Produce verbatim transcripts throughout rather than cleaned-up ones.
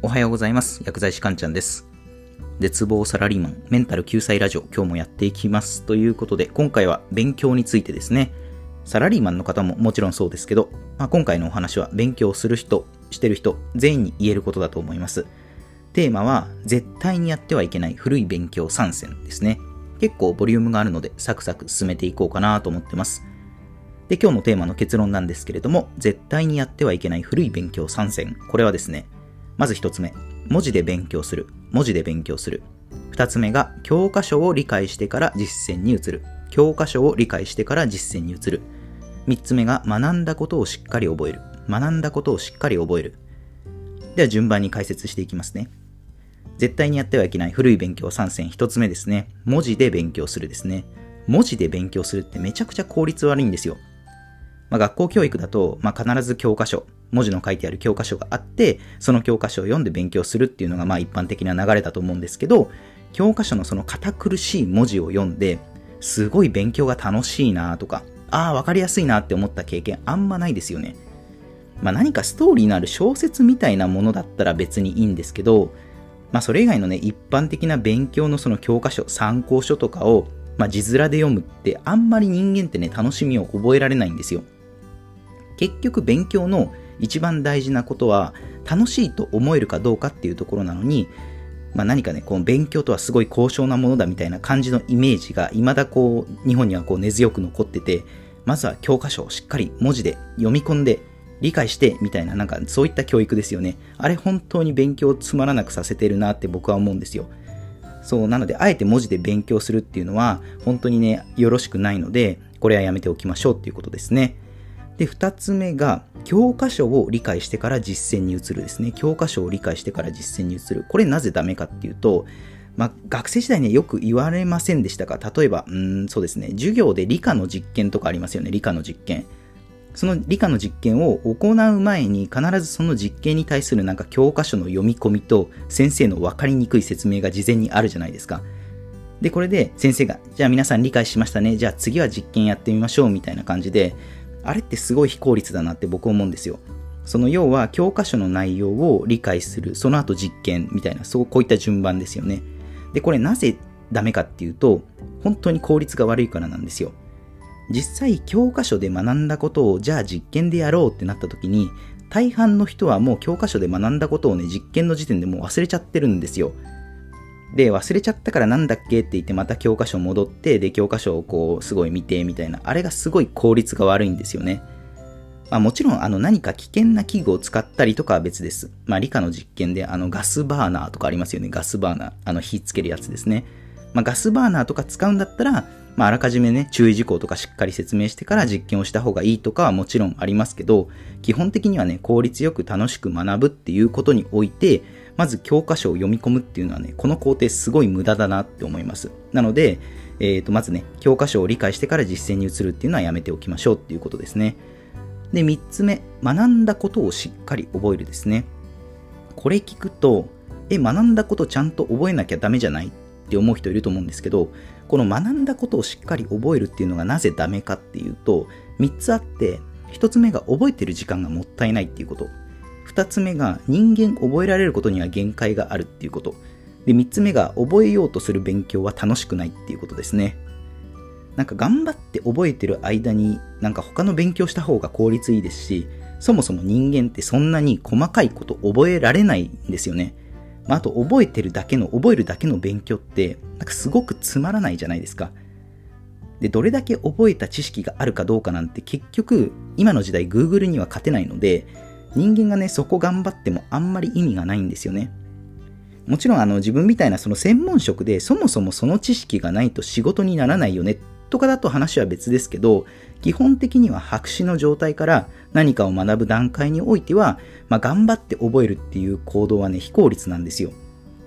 おはようございます。薬剤師かんちゃんです。絶望サラリーマンメンタル救済ラジオ、今日もやっていきますということで、今回は勉強についてですね。サラリーマンの方ももちろんそうですけど、まあ、今回のお話は勉強する人、してる人全員に言えることだと思います。テーマは絶対にやってはいけない古い勉強さんせんですね。結構ボリュームがあるのでサクサク進めていこうかなと思ってます。で、今日のテーマの結論なんですけれども、絶対にやってはいけない古い勉強さんせん。これはですね、まず一つ目、文字で勉強する。文字で勉強する。二つ目が、教科書を理解してから実践に移る。教科書を理解してから実践に移る。三つ目が、学んだことをしっかり覚える。学んだことをしっかり覚える。では順番に解説していきますね。絶対にやってはいけない古い勉強さんせん。一つ目ですね。文字で勉強するですね。文字で勉強するってめちゃくちゃ効率悪いんですよ。まあ、学校教育だと、まあ、必ず教科書、文字の書いてある教科書があって、その教科書を読んで勉強するっていうのがまあ一般的な流れだと思うんですけど、教科書のその堅苦しい文字を読んで、すごい勉強が楽しいなとか、ああ、わかりやすいなって思った経験あんまないですよね。まあ、何かストーリーのある小説みたいなものだったら別にいいんですけど、まあ、それ以外のね、一般的な勉強のその教科書、参考書とかを、まあ、字面で読むってあんまり人間ってね、楽しみを覚えられないんですよ。結局勉強の一番大事なことは楽しいと思えるかどうかっていうところなのに、まあ、何かね、この勉強とはすごい高尚なものだみたいな感じのイメージが未だこう日本にはこう根強く残ってて、まずは教科書をしっかり文字で読み込んで理解してみたいな、なんかそういった教育ですよね。あれ本当に勉強をつまらなくさせてるなって僕は思うんですよ。そうなので、あえて文字で勉強するっていうのは本当にね、よろしくないので、これはやめておきましょうっていうことですね。で、二つ目が、教科書を理解してから実践に移るですね。教科書を理解してから実践に移る。これなぜダメかっていうと、まあ、学生時代によく言われませんでしたか？例えば、うーん、そうですね。授業で理科の実験とかありますよね。理科の実験。その理科の実験を行う前に、必ずその実験に対するなんか教科書の読み込みと、先生の分かりにくい説明が事前にあるじゃないですか。で、これで先生が、じゃあ皆さん理解しましたね。じゃあ次は実験やってみましょうみたいな感じで、あれってすごい非効率だなって僕は思うんですよ。その要は教科書の内容を理解する、その後実験みたいな、そうこういった順番ですよね。で、これなぜダメかっていうと、本当に効率が悪いからなんですよ。実際教科書で学んだことをじゃあ実験でやろうってなった時に、大半の人はもう教科書で学んだことをね、実験の時点でもう忘れちゃってるんですよ。で、忘れちゃったからなんだっけって言ってまた教科書戻って、で、教科書をこうすごい見てみたいな、あれがすごい効率が悪いんですよね。まあもちろんあの何か危険な器具を使ったりとかは別です。まあ理科の実験であのガスバーナーとかありますよね。ガスバーナー。あの火つけるやつですね。まあガスバーナーとか使うんだったら、まああらかじめね、注意事項とかしっかり説明してから実験をした方がいいとかはもちろんありますけど、基本的にはね、効率よく楽しく学ぶっていうことにおいて、まず教科書を読み込むっていうのはね、この工程すごい無駄だなって思います。なので、えーと、まずね、教科書を理解してから実践に移るっていうのはやめておきましょうっていうことですね。で、三つ目、学んだことをしっかり覚えるですね。これ聞くと、え、学んだことちゃんと覚えなきゃダメじゃないって思う人いると思うんですけど、この学んだことをしっかり覚えるっていうのがなぜダメかっていうと、三つあって、一つ目が覚えてる時間がもったいないっていうこと。二つ目が人間覚えられることには限界があるっていうこと。で、三つ目が覚えようとする勉強は楽しくないっていうことですね。なんか頑張って覚えてる間になんか他の勉強した方が効率いいですし、そもそも人間ってそんなに細かいこと覚えられないんですよね。まあ、あと覚えてるだけの、覚えるだけの勉強ってなんかすごくつまらないじゃないですか。で、どれだけ覚えた知識があるかどうかなんて結局今の時代 Google には勝てないので、人間がね、そこ頑張ってもあんまり意味がないんですよね。もちろんあの自分みたいなその専門職でそもそもその知識がないと仕事にならないよねとかだと話は別ですけど、基本的には白紙の状態から何かを学ぶ段階においては、まあ、頑張って覚えるっていう行動はね、非効率なんですよ。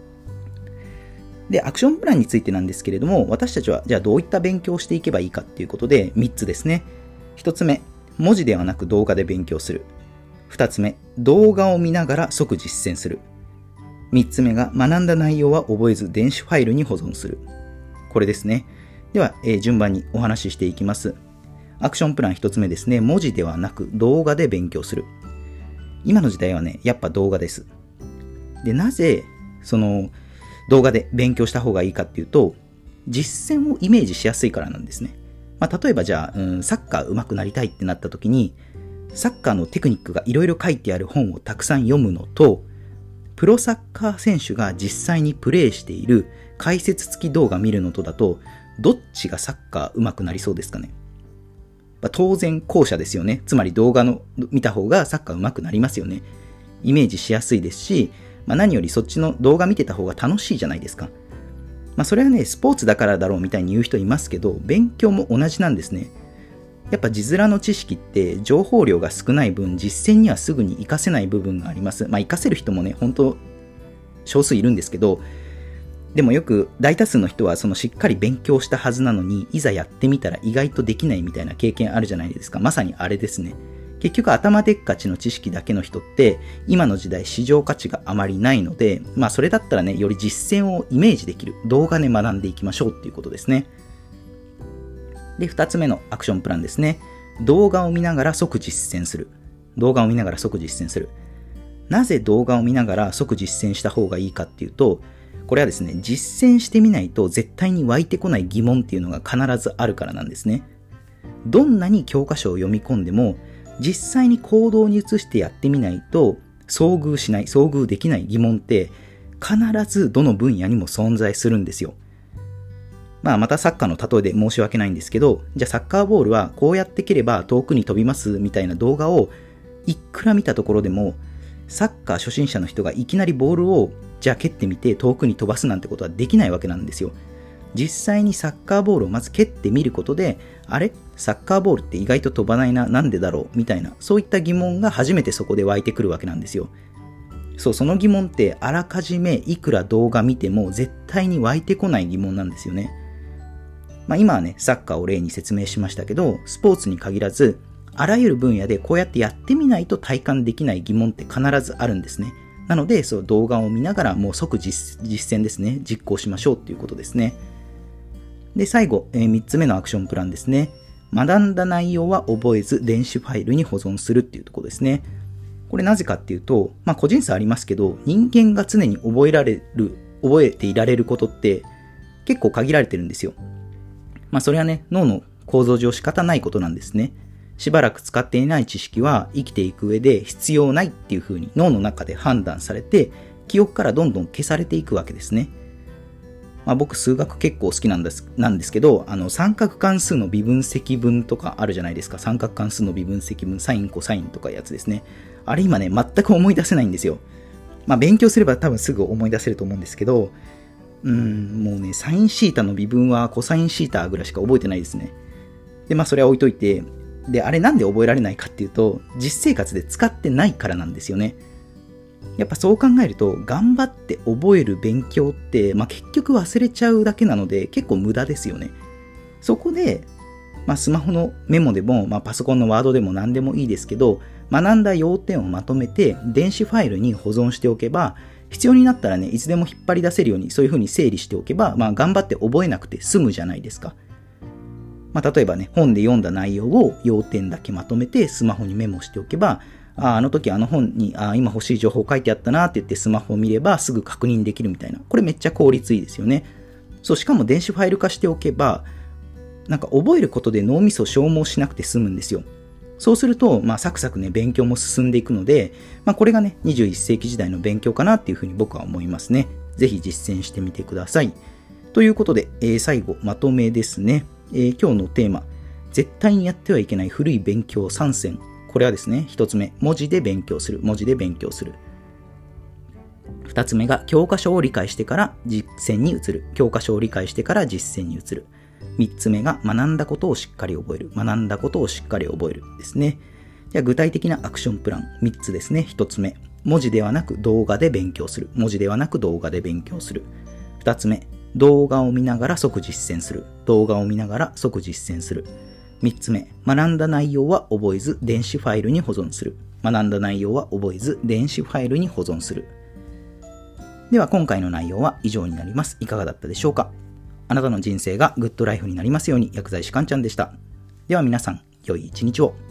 で、アクションプランについてなんですけれども、私たちはじゃあどういった勉強をしていけばいいかっていうことでみっつですね。ひとつめ、文字ではなく動画で勉強する。ふたつめ、動画を見ながら即実践する。みっつめが、学んだ内容は覚えず電子ファイルに保存する。これですね。では、えー、順番にお話ししていきます。アクションプランひとつめですね。文字ではなく動画で勉強する。今の時代はね、やっぱ動画です。 で、なぜその動画で勉強した方がいいかっていうと、実践をイメージしやすいからなんですね。まあ、例えばじゃあ、うん、サッカー上手くなりたいってなった時に、サッカーのテクニックがいろいろ書いてある本をたくさん読むのと、プロサッカー選手が実際にプレーしている解説付き動画見るのとだと、どっちがサッカー上手くなりそうですかね。まあ、当然後者ですよね。つまり動画の見た方がサッカー上手くなりますよね。イメージしやすいですし、まあ、何よりそっちの動画見てた方が楽しいじゃないですか。まあ、それはね、スポーツだからだろうみたいに言う人いますけど、勉強も同じなんですね。やっぱ字面の知識って情報量が少ない分、実践にはすぐに活かせない部分があります。まあ活かせる人もね、本当少数いるんですけど、でもよく大多数の人はそのしっかり勉強したはずなのに、いざやってみたら意外とできないみたいな経験あるじゃないですか。まさにあれですね。結局頭でっかちの知識だけの人って今の時代市場価値があまりないので、まあそれだったらね、より実践をイメージできる動画で学んでいきましょうっていうことですね。で、二つ目のアクションプランですね。動画を見ながら即実践する。動画を見ながら即実践する。なぜ動画を見ながら即実践した方がいいかっていうと、これはですね、実践してみないと絶対に湧いてこない疑問っていうのが必ずあるからなんですね。どんなに教科書を読み込んでも、実際に行動に移してやってみないと遭遇しない、遭遇できない疑問って必ずどの分野にも存在するんですよ。まあまたサッカーの例えで申し訳ないんですけど、じゃあサッカーボールはこうやって蹴れば遠くに飛びますみたいな動画をいくら見たところでも、サッカー初心者の人がいきなりボールをじゃあ蹴ってみて遠くに飛ばすなんてことはできないわけなんですよ。実際にサッカーボールをまず蹴ってみることで、あれサッカーボールって意外と飛ばないな、なんでだろうみたいな、そういった疑問が初めてそこで湧いてくるわけなんですよ。そう、その疑問ってあらかじめいくら動画見ても絶対に湧いてこない疑問なんですよね。まあ、今はね、サッカーを例に説明しましたけど、スポーツに限らず、あらゆる分野でこうやってやってみないと体感できない疑問って必ずあるんですね。なので、そう動画を見ながらもう即 実, 実践ですね、実行しましょうっていうことですね。で、最後、えー、みっつめのアクションプランですね。学んだ内容は覚えず電子ファイルに保存するっていうところですね。これなぜかっていうと、まあ個人差ありますけど、人間が常に覚えられる、覚えていられることって結構限られてるんですよ。まあそれはね、脳の構造上仕方ないことなんですね。しばらく使っていない知識は生きていく上で必要ないっていう風に脳の中で判断されて、記憶からどんどん消されていくわけですね。まあ、僕数学結構好きなんです、なんですけど、あの三角関数の微分積分とかあるじゃないですか。三角関数の微分積分、サインコサインとかやつですね。あれ今ね、全く思い出せないんですよ。まあ勉強すれば多分すぐ思い出せると思うんですけど、うーん、もうね、サインシータの微分はコサインシータぐらいしか覚えてないですね。で、まあそれは置いといて、で、あれなんで覚えられないかっていうと、実生活で使ってないからなんですよね。やっぱそう考えると、頑張って覚える勉強って、まあ、結局忘れちゃうだけなので結構無駄ですよね。そこで、まあ、スマホのメモでも、まあ、パソコンのワードでも何でもいいですけど、学んだ要点をまとめて電子ファイルに保存しておけば、必要になったらね、いつでも引っ張り出せるようにそういう風に整理しておけば、まあ、頑張って覚えなくて済むじゃないですか。まあ、例えばね、本で読んだ内容を要点だけまとめてスマホにメモしておけば、あ, あの時あの本にあ今欲しい情報書いてあったなって言ってスマホを見ればすぐ確認できるみたいな。これめっちゃ効率いいですよね。そう、しかも電子ファイル化しておけば、なんか覚えることで脳みそを消耗しなくて済むんですよ。そうすると、まあ、サクサクね、勉強も進んでいくので、まあ、これがね、にじゅういっ世紀時代の勉強かなっていうふうに僕は思いますね。ぜひ実践してみてください。ということで、えー、最後、まとめですね。えー、今日のテーマ、絶対にやってはいけない古い勉強さん選。これはですね、一つ目、文字で勉強する。文字で勉強する。二つ目が、教科書を理解してから実践に移る。教科書を理解してから実践に移る。三つ目が、学んだことをしっかり覚える。学んだことをしっかり覚えるですね。じゃあ、具体的なアクションプラン。三つですね。一つ目、文字ではなく動画で勉強する。文字ではなく動画で勉強する。二つ目、動画を見ながら即実践する。動画を見ながら即実践する。みっつめ、学んだ内容は覚えず電子ファイルに保存する。学んだ内容は覚えず電子ファイルに保存する。では今回の内容は以上になります。いかがだったでしょうか。あなたの人生がグッドライフになりますように、薬剤師かんちゃんでした。では皆さん、良い一日を。